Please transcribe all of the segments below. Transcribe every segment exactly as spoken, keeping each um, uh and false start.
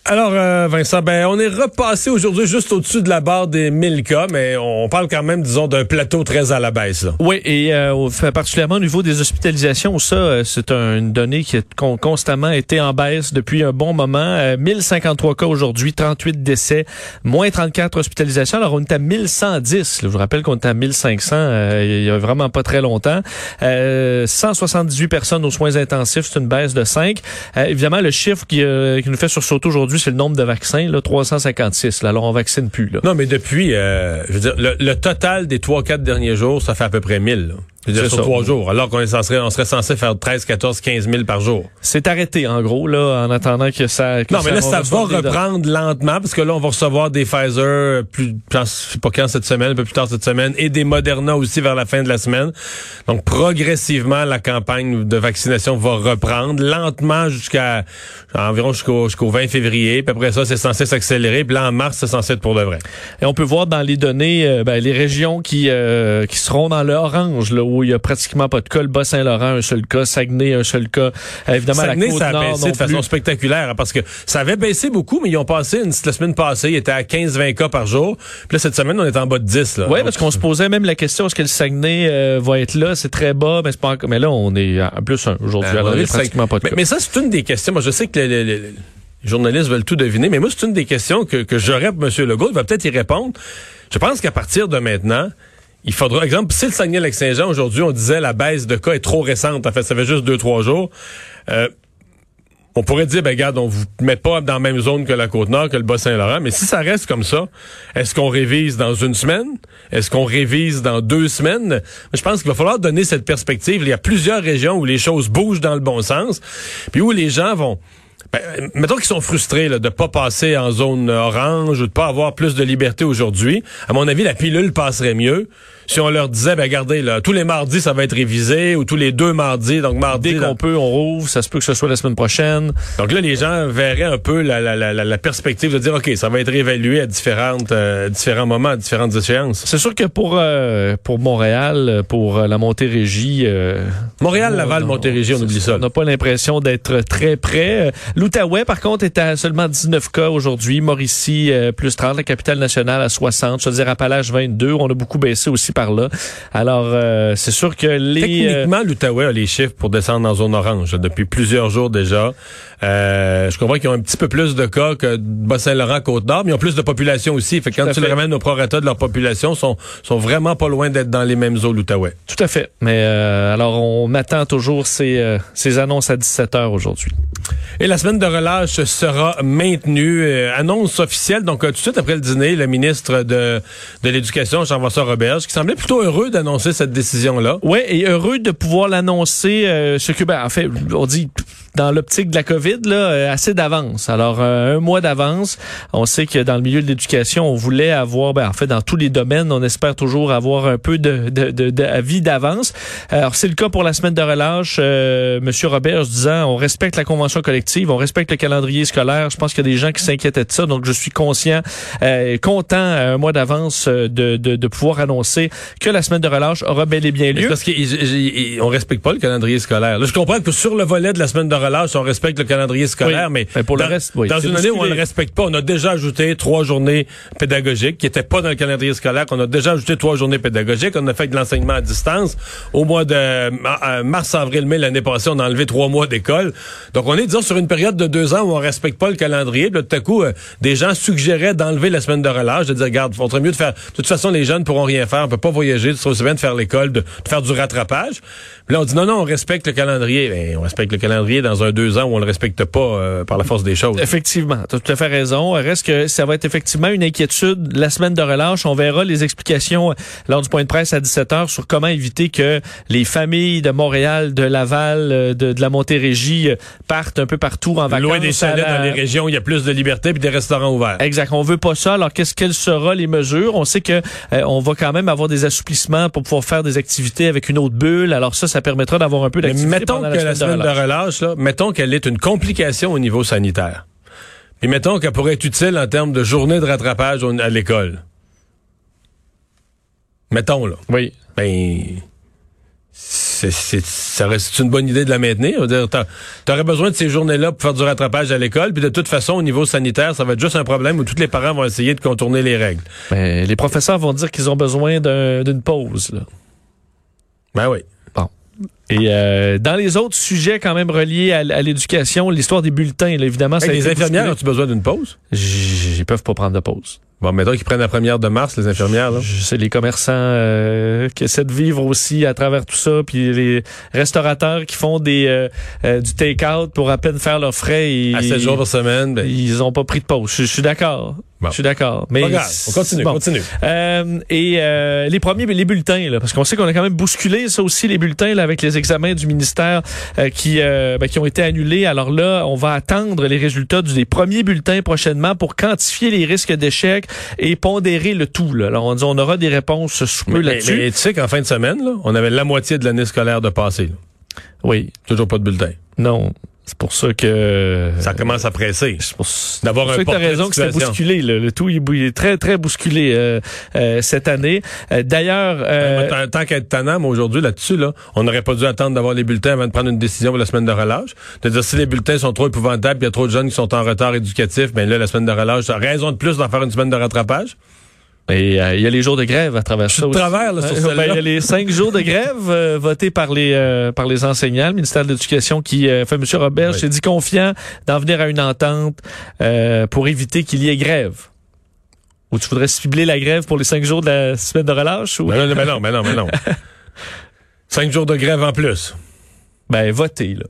Alors, euh, Vincent, ben on est repassé aujourd'hui juste au-dessus de la barre des mille cas, mais on parle quand même, disons, d'un plateau très à la baisse, là. Oui, et euh, particulièrement au niveau des hospitalisations, ça, euh, c'est un, une donnée qui a con, constamment été en baisse depuis un bon moment. Euh, mille cinquante-trois cas aujourd'hui, trente-huit décès, moins trente-quatre hospitalisations. Alors, on est à mille cent dix. Là, je vous rappelle qu'on était à mille cinq cents euh, il y a vraiment pas très longtemps. Euh, cent soixante-dix-huit personnes aux soins intensifs, c'est une baisse de cinq. Euh, évidemment, le chiffre qui, euh, qui nous fait sursauter aujourd'hui, c'est le nombre de vaccins, là, trois cent cinquante-six. Là, alors, on vaccine plus. Là. Non, mais depuis, euh, je veux dire, le, le total des trois quatre derniers jours, ça fait à peu près mille. Là. Je veux dire, sur trois jours, alors qu'on est censé, on serait censé faire treize, quatorze, quinze mille par jour. C'est arrêté, en gros, là, en attendant que ça... Que non, mais ça, là, ça va reprendre de... lentement, parce que là, on va recevoir des Pfizer, plus, je sais pas quand cette semaine, un peu plus tard cette semaine, et des Moderna aussi vers la fin de la semaine. Donc, progressivement, la campagne de vaccination va reprendre, lentement jusqu'à, environ jusqu'au, jusqu'au vingt février, puis après ça, c'est censé s'accélérer, puis là, en mars, c'est censé être pour de vrai. Et on peut voir dans les données, euh, ben, les régions qui, euh, qui seront dans l'orange, là, où il y a pratiquement pas de cas. Le Bas-Saint-Laurent, un seul cas. Saguenay, un seul cas. Euh, évidemment, Saguenay, la Côte-Nord ça a baissé non de façon plus. spectaculaire, hein, parce que ça avait baissé beaucoup, mais ils ont passé, une, la semaine passée, ils étaient à quinze vingt cas par jour. Puis là, cette semaine, on est en bas de dix. Oui, parce qu'on se posait même la question, est-ce que le Saguenay euh, va être là? C'est très bas, mais c'est pas encore... Mais là, on est en plus un aujourd'hui. Euh, alors, il y a pratiquement cinq... pas de cas. Mais, mais ça, c'est une des questions. Moi, je sais que les, les, les, les journalistes veulent tout deviner, mais moi, c'est une des questions que, que j'aurais pour M. Legault. Il va peut-être y répondre. Je pense qu'à partir de maintenant, il faudra, exemple, si le Saguenay-Lac-Saint-Jean, aujourd'hui, on disait la baisse de cas est trop récente. En fait, ça fait juste deux, trois jours. Euh, on pourrait dire, ben, regarde, on vous met pas dans la même zone que la Côte-Nord, que le Bas-Saint-Laurent. Mais si ça reste comme ça, est-ce qu'on révise dans une semaine? Est-ce qu'on révise dans deux semaines? Je pense qu'il va falloir donner cette perspective. Il y a plusieurs régions où les choses bougent dans le bon sens, puis où les gens vont... Ben, mettons qu'ils sont frustrés là, de pas passer en zone orange ou de pas avoir plus de liberté aujourd'hui. À mon avis, la pilule passerait mieux si on leur disait, ben regardez, là, tous les mardis, ça va être révisé, ou tous les deux mardis, donc mardi... Dès qu'on là, peut, on rouvre, ça se peut que ce soit la semaine prochaine. Donc là, les gens verraient un peu la, la, la, la perspective de dire, OK, ça va être réévalué à différentes, euh, différents moments, à différentes échéances. C'est sûr que pour euh, pour Montréal, pour la Montérégie... Euh, Montréal, Laval, non, Montérégie, on oublie ça. On n'a pas l'impression d'être très près. L'Outaouais, par contre, est à seulement dix-neuf cas aujourd'hui. Mauricie, euh, plus trente. La capitale nationale à soixante. Je veux dire, Appalaches, vingt-deux. On a beaucoup baissé aussi par là. Alors, euh, c'est sûr que les... Techniquement, euh, l'Outaouais a les chiffres pour descendre en zone orange là, depuis plusieurs jours déjà. Euh, je comprends qu'ils ont un petit peu plus de cas que Bas-Saint-Laurent, Côte-Nord, mais ils ont plus de population aussi. Fait que quand tu les ramènes au prorata de leur population, sont sont vraiment pas loin d'être dans les mêmes eaux, l'Outaouais. Tout à fait. Mais euh, alors, on attend toujours ces, euh, ces annonces à dix-sept heures aujourd'hui. Et la semaine de relâche sera maintenue. Euh, annonce officielle, donc euh, tout de suite après le dîner, le ministre de, de l'Éducation, Jean-François Roberge, qui semblait plutôt heureux d'annoncer cette décision-là. Oui, et heureux de pouvoir l'annoncer, euh, ce que, ben, en fait, on dit dans l'optique de la COVID, là, euh, assez d'avance. Alors, euh, un mois d'avance. On sait que dans le milieu de l'éducation, on voulait avoir, ben, en fait, dans tous les domaines, on espère toujours avoir un peu de, de, de, de avis d'avance. Alors, c'est le cas pour la semaine de relâche. Euh, Monsieur Roberge disant, on respecte la convention collective, on respecte le calendrier scolaire. Je pense qu'il y a des gens qui s'inquiétaient de ça, donc je suis conscient, euh, content, un mois d'avance, de, de, de pouvoir annoncer que la semaine de relâche aura bel et bien lieu. Parce qu'on respecte pas le calendrier scolaire. Là, je comprends que sur le volet de la semaine de relâche, on respecte le calendrier scolaire, oui, mais, mais pour dans, le reste, oui, dans une année où on ne le respecte pas, on a déjà ajouté trois journées pédagogiques qui n'étaient pas dans le calendrier scolaire, qu'on a déjà ajouté trois journées pédagogiques, on a fait de l'enseignement à distance. Au mois de euh, mars, avril, mai, l'année passée, on a enlevé trois mois d'école. Donc, on est, disons, sur une période de deux ans où on respecte pas le calendrier. Puis là, tout à coup, euh, des gens suggéraient d'enlever la semaine de relâche, de dire, regarde, il faudrait mieux de faire... De toute façon, les jeunes pourront rien faire, on peut pas voyager, ce serait aussi bien de faire l'école, de, de faire du rattrapage. Puis là, on dit, non, non, on respecte le calendrier. Ben, on respecte le calendrier dans un deux ans où on le respecte pas euh, par la force des choses. Effectivement, tu as tout à fait raison. Reste que ça va être effectivement une inquiétude. La semaine de relâche, on verra les explications lors du point de presse à dix-sept heures sur comment éviter que les familles de Montréal, de Laval, de, de la Montérégie partent un peu partout en vacances. Loin des chalets la... dans les régions où il y a plus de liberté puis des restaurants ouverts. Exact. On veut pas ça. Alors, qu'est-ce quelles seront les mesures? On sait que euh, on va quand même avoir des assouplissements pour pouvoir faire des activités avec une autre bulle. Alors ça, ça permettra d'avoir un peu d'activité. Mais mettons pendant que la la semaine, semaine de relâche, de relâche là, mettons qu'elle est une complication au niveau sanitaire. Puis mettons qu'elle pourrait être utile en termes de journée de rattrapage à l'école. Mettons, là. Oui. Ben... c'est, c'est, ça reste une bonne idée de la maintenir. Tu aurais besoin de ces journées-là pour faire du rattrapage à l'école, puis de toute façon, au niveau sanitaire, ça va être juste un problème où tous les parents vont essayer de contourner les règles. Mais les professeurs vont dire qu'ils ont besoin d'un, d'une pause, là. Ben oui. Bon. Et euh, dans les autres sujets quand même reliés à, à l'éducation, l'histoire des bulletins, là, évidemment, ça hey, a les été infirmières, as-tu besoin d'une pause? J- Ils peuvent pas prendre de pause. Bon, mettons qu'ils prennent la première de mars, les infirmières, là. Je sais, les commerçants euh, qui essaient de vivre aussi à travers tout ça, puis les restaurateurs qui font des euh, euh, du take-out pour à peine faire leurs frais. Et, à sept jours par semaine. Ben... Ils ont pas pris de pause. Je, je suis d'accord. Bon. Je suis d'accord. Mais regarde, on continue, bon. continue. Euh, et euh, les premiers, les bulletins, là, parce qu'on sait qu'on a quand même bousculé ça aussi, les bulletins, là, avec les examens du ministère euh, qui euh, ben, qui ont été annulés. Alors là, on va attendre les résultats des premiers bulletins prochainement pour quantifier les risques d'échec et pondérer le tout. Là. Alors on dit on aura des réponses sous peu mais, là-dessus. Mais, mais tu sais qu'en fin de semaine, là, on avait la moitié de l'année scolaire de passé. Là. Oui. Toujours pas de bulletin. Non. C'est pour ça que... Ça commence à presser. C'est pour, d'avoir pour un ça que t'as raison que c'est bousculé. Là. Le tout il est très, très bousculé euh, euh, cette année. Euh, d'ailleurs... Euh, euh, tant qu'à être tannant, mais aujourd'hui, là-dessus, là, on n'aurait pas dû attendre d'avoir les bulletins avant de prendre une décision pour la semaine de relâche. C'est-à-dire, si les bulletins sont trop épouvantables, il y a trop de jeunes qui sont en retard éducatif, bien là, la semaine de relâche, t'as raison de plus d'en faire une semaine de rattrapage. Et il euh, y a les jours de grève à travers ça aussi. Travers, là, sur Il celle-là. ben, y a les cinq jours de grève euh, votés par les euh, par les enseignants. Le ministère de l'Éducation qui euh, fait M. Robert, oui. s'est dit confiant d'en venir à une entente euh, pour éviter qu'il y ait grève. Ou tu voudrais cibler la grève pour les cinq jours de la semaine de relâche? Ou... Ben non, mais non, mais non, mais non. Cinq jours de grève en plus. Ben, voter, là.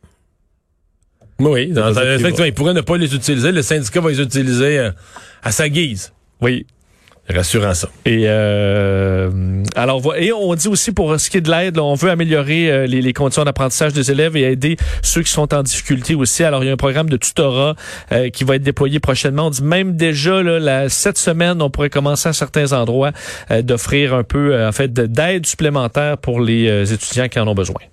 Oui, dans, effectivement, il pourrait ne pas les utiliser. Le syndicat va les utiliser euh, à sa guise. Oui. Rassurant ça. Et euh, alors et on dit aussi pour ce qui est de l'aide, là, on veut améliorer euh, les, les conditions d'apprentissage des élèves et aider ceux qui sont en difficulté aussi. Alors il y a un programme de tutorat euh, qui va être déployé prochainement. On dit même déjà là, la, cette semaine, on pourrait commencer à certains endroits euh, d'offrir un peu euh, en fait d'aide supplémentaire pour les euh, étudiants qui en ont besoin.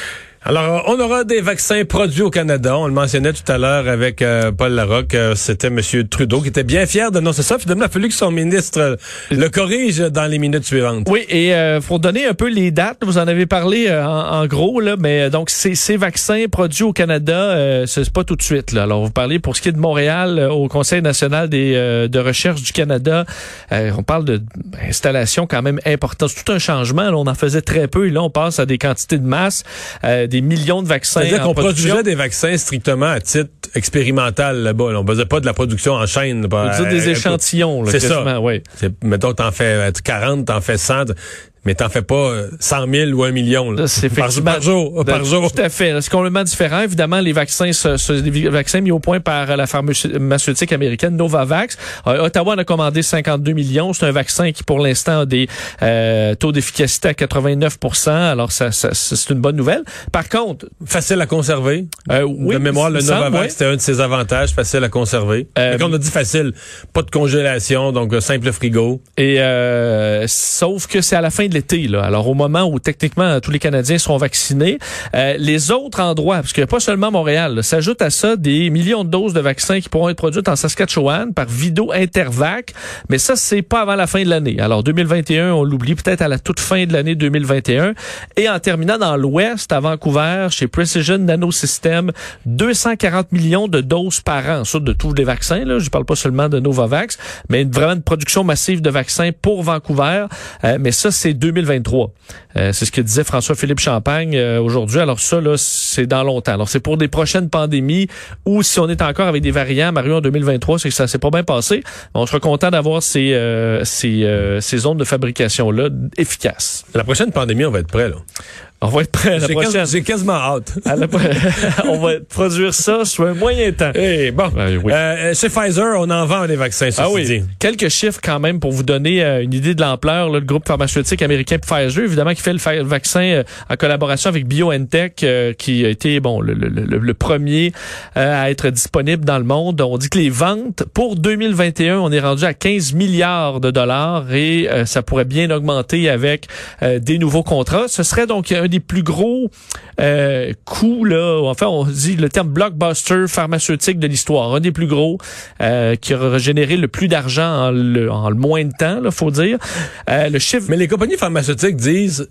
Alors, on aura des vaccins produits au Canada. On le mentionnait tout à l'heure avec euh, Paul Larocque. Euh, c'était M. Trudeau qui était bien fier d'annoncer ça. Finalement, il a fallu que son ministre euh, le corrige dans les minutes suivantes. Oui, et euh, pour donner un peu les dates, vous en avez parlé euh, en, en gros, là, mais donc ces, ces vaccins produits au Canada, euh, c'est pas tout de suite. Là. Alors, vous parlez pour ce qui est de Montréal, euh, au Conseil national des, euh, de recherche du Canada, euh, on parle de installation quand même importante. C'est tout un changement. Là, on en faisait très peu. Et là, on passe à des quantités de masse. Euh, des millions de vaccins. C'est-à-dire qu'on production. produisait des vaccins strictement à titre expérimental là-bas. Là. On faisait pas de la production en chaîne. Là, on faisait des échantillons. Là, c'est ça. Oui. C'est, mettons, t'en fais quarante, t'en fais cent, mais t'en fais pas cent mille ou un million. Là. C'est par, par jour. De, par jour. Tout à fait. C'est complètement différent. Évidemment, les vaccins, ce, ce, les vaccins mis au point par la pharmaceutique américaine Novavax. Euh, Ottawa en a commandé cinquante-deux millions. C'est un vaccin qui, pour l'instant, a des euh, taux d'efficacité à quatre-vingt-neuf pour cent. Alors, ça, ça, c'est une bonne nouvelle. Par contre... Facile à conserver. Euh, oui. De mémoire, le semble, Novavax, oui. c'était un de ses avantages. Facile à conserver. Euh, mais quand on a dit facile, pas de congélation, donc euh, simple frigo. Et euh, sauf que c'est à la fin de l'été, là. Alors, au moment où techniquement tous les Canadiens seront vaccinés, euh, les autres endroits, parce qu'il n'y a pas seulement Montréal, s'ajoutent à ça des millions de doses de vaccins qui pourront être produites en Saskatchewan par Vido Intervac, mais ça, c'est pas avant la fin de l'année. Alors, deux mille vingt et un, on l'oublie peut-être à la toute fin de l'année deux mille vingt et un. Et en terminant dans l'Ouest, à Vancouver, chez Precision Nanosystem, deux cent quarante millions de doses par an, ça de tous les vaccins, là. Je parle pas seulement de Novavax, mais une, vraiment une production massive de vaccins pour Vancouver. Euh, mais ça, c'est deux mille vingt-trois. Euh, c'est ce que disait François-Philippe Champagne euh, aujourd'hui. Alors ça, là, c'est dans longtemps. Alors c'est pour des prochaines pandémies ou si on est encore avec des variants, Mario, en deux mille vingt-trois, c'est que ça s'est pas bien passé. On sera content d'avoir ces, euh, ces, euh, ces zones de fabrication-là efficaces. La prochaine pandémie, on va être prêt, là. On va être prêt à la j'ai prochaine. Quas, j'ai quasiment hâte. À la, on va produire ça sur un moyen temps. Hey, bon, euh, oui. euh, chez Pfizer, on en vend des vaccins. Ah oui. Dit. Quelques chiffres quand même pour vous donner euh, une idée de l'ampleur. Là, le groupe pharmaceutique américain Pfizer, évidemment, qui fait le, fa- le vaccin euh, en collaboration avec BioNTech, euh, qui a été bon le, le, le, le premier euh, à être disponible dans le monde. On dit que les ventes pour deux mille vingt et un, on est rendu à quinze milliards de dollars et euh, ça pourrait bien augmenter avec euh, des nouveaux contrats. Ce serait donc un des plus gros euh, coûts, là. Enfin, on dit le terme blockbuster pharmaceutique de l'histoire. Un des plus gros euh, qui aura généré le plus d'argent en le, en le moins de temps, là, faut dire. Euh, le chiffre... Mais les compagnies pharmaceutiques disent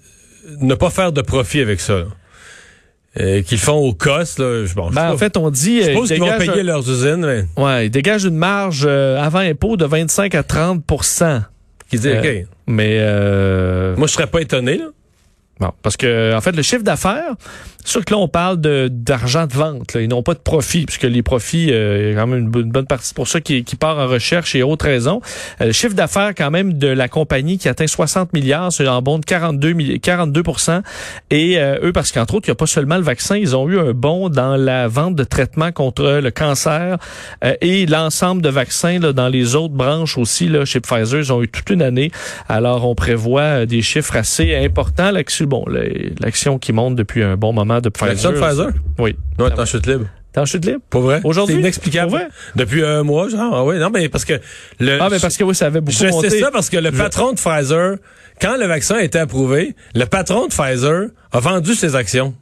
ne pas faire de profit avec ça. Là. Euh, qu'ils font au cost, là. Bon, ben, en fait, on dit... Je suppose qu'ils vont payer un... leurs usines, mais... Ouais, ils dégagent une marge euh, avant impôt de vingt-cinq à trente pour cent. Qui dit, euh, OK. Mais... Euh... Moi, je serais pas étonné, là. Bon, parce que en fait, le chiffre d'affaires, c'est sûr que là, on parle de d'argent de vente. Là. Ils n'ont pas de profit, puisque les profits, euh, il y a quand même une, une bonne partie pour ça qui, qui part en recherche et autres raisons. Euh, le chiffre d'affaires, quand même, de la compagnie qui atteint soixante milliards, c'est en bond de quarante-deux pour cent. Et euh, eux, parce qu'entre autres, il n'y a pas seulement le vaccin, ils ont eu un bond dans la vente de traitements contre le cancer euh, et l'ensemble de vaccins là, dans les autres branches aussi. Là, chez Pfizer, ils ont eu toute une année. Alors, on prévoit des chiffres assez importants là-dessus. Bon, l'action qui monte depuis un bon moment de Pfizer. L'action de Pfizer? Oui. Non, t'es en chute libre. T'es en chute libre? Pas vrai? Aujourd'hui? C'est inexplicable. Pour vrai? Depuis un mois, genre. Ah oui, non, mais parce que le. Ah, mais parce que oui, ça avait beaucoup je monté. sais ça parce que le patron de Pfizer, quand le vaccin a été approuvé, le patron de Pfizer a vendu ses actions.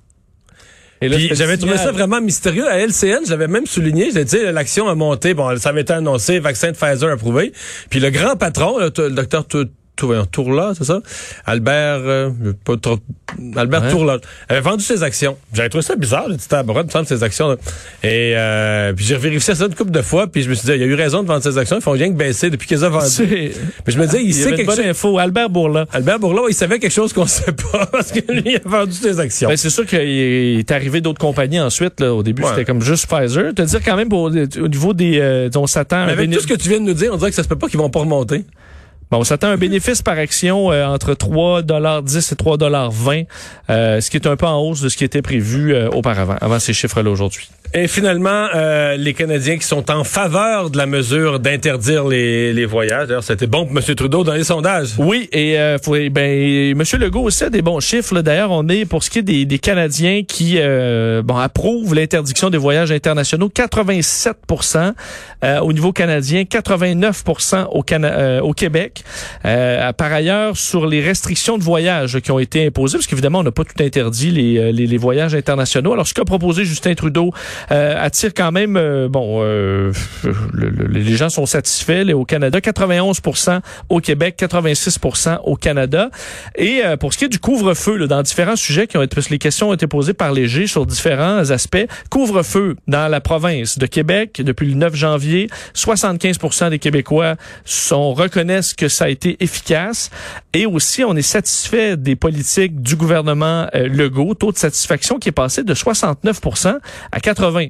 Et là, puis j'avais trouvé ça vraiment mystérieux. À L C N, j'avais même souligné, j'ai dit, l'action a monté. Bon, ça avait été annoncé, vaccin de Pfizer approuvé. Puis le grand patron, le, le docteur Tourla, c'est ça? Albert, euh, pas trop, Albert ouais. Tourla, avait vendu ses actions. J'avais trouvé ça bizarre, j'ai dit, t'as abordé, il me semble, ses actions. Là. Et, euh, puis j'ai vérifié ça une couple de fois, puis je me suis dit, il a eu raison de vendre ses actions, ils font rien que baisser depuis qu'ils ont vendu. Mais je me disais, il, il sait quelque chose. Info. Albert Bourla. Albert Bourla, il savait quelque chose qu'on sait pas, parce que lui, il a vendu ses actions. Ben, c'est sûr qu'il est arrivé d'autres compagnies ensuite, là. Au début, ouais. c'était comme juste Pfizer. Te dire quand même, pour, au niveau des, euh, on s'attend. Mais avec béné... tout ce que tu viens de nous dire, on dirait que ça se peut pas qu'ils vont pas remonter. Bon, on s'attend à un bénéfice par action euh, entre trois dollars dix et trois dollars vingt, euh, ce qui est un peu en hausse de ce qui était prévu euh, auparavant, avant ces chiffres-là aujourd'hui. Et finalement, euh, les Canadiens qui sont en faveur de la mesure d'interdire les, les voyages. D'ailleurs, c'était bon pour M. Trudeau dans les sondages. Oui, et euh, faut, ben, M. Legault aussi a des bons chiffres. Là. D'ailleurs, on est, pour ce qui est des, des Canadiens qui euh, bon, approuvent l'interdiction des voyages internationaux, quatre-vingt-sept pour cent euh, au niveau canadien, quatre-vingt-neuf pour cent au, Cana- euh, au Québec. Euh, par ailleurs, sur les restrictions de voyage qui ont été imposées, parce qu'évidemment, on n'a pas tout interdit les, les, les voyages internationaux. Alors, ce qu'a proposé Justin Trudeau euh, attire quand même, euh, bon, euh, le, le, les gens sont satisfaits là, au Canada. quatre-vingt-onze pour cent au Québec, quatre-vingt-six pour cent au Canada. Et euh, pour ce qui est du couvre-feu, là, dans différents sujets qui ont été, parce que les questions ont été posées par Léger sur différents aspects. Couvre-feu dans la province de Québec depuis le neuf janvier, soixante-quinze pour cent des Québécois sont reconnaissent que ça a été efficace. Et aussi, on est satisfait des politiques du gouvernement euh, Legault, taux de satisfaction qui est passé de soixante-neuf pour cent à quatre-vingts.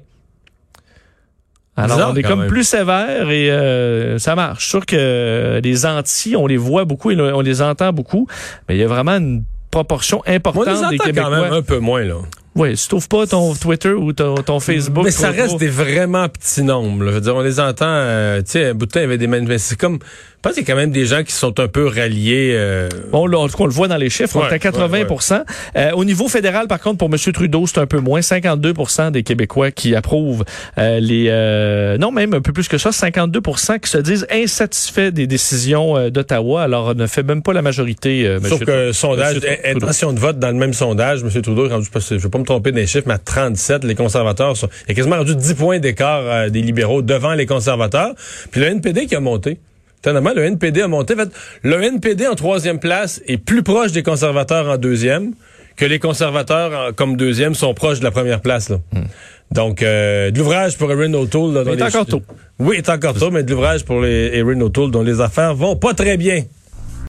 Alors, bizarre, on est comme même. plus sévère et euh, ça marche. Je suis sûr que euh, les Antilles, on les voit beaucoup et on les entend beaucoup, mais il y a vraiment une proportion importante Moi, des Québécois. Quand même un peu moins, là. Oui, si tu trouves pas ton Twitter ou ton, ton Facebook. Mais ça reste pas. Des vraiment petits nombres. Là. Je veux dire, on les entend, euh, tu sais, un bout de temps, il y avait des manifestations. C'est comme, je pense qu'il y a quand même des gens qui sont un peu ralliés. Euh... Bon, là, en tout cas, on le voit dans les chiffres, ouais, on est à quatre-vingts pour cent. Ouais, ouais. Euh, au niveau fédéral, par contre, pour M. Trudeau, c'est un peu moins. cinquante-deux pour cent des Québécois qui approuvent euh, les... Euh, non, même un peu plus que ça, cinquante-deux pour cent qui se disent insatisfaits des décisions euh, d'Ottawa. Alors, on ne fait même pas la majorité, euh, M. Sauf que M. sondage, intention de vote dans le même sondage, M. Trudeau, je ne vais pas me tromper des chiffres, mais à trente-sept, les conservateurs sont... Il y a quasiment rendu dix points d'écart euh, des libéraux devant les conservateurs. Puis le N P D qui a monté. Étonnamment, le N P D a monté. En fait, le N P D en troisième place est plus proche des conservateurs en deuxième que les conservateurs en, comme deuxième sont proches de la première place. Là. Hmm. Donc, euh, de l'ouvrage pour Erin O'Toole. Là, il est les... encore tôt. Oui, il est encore tôt, mais de l'ouvrage pour les Erin O'Toole dont les affaires vont pas très bien.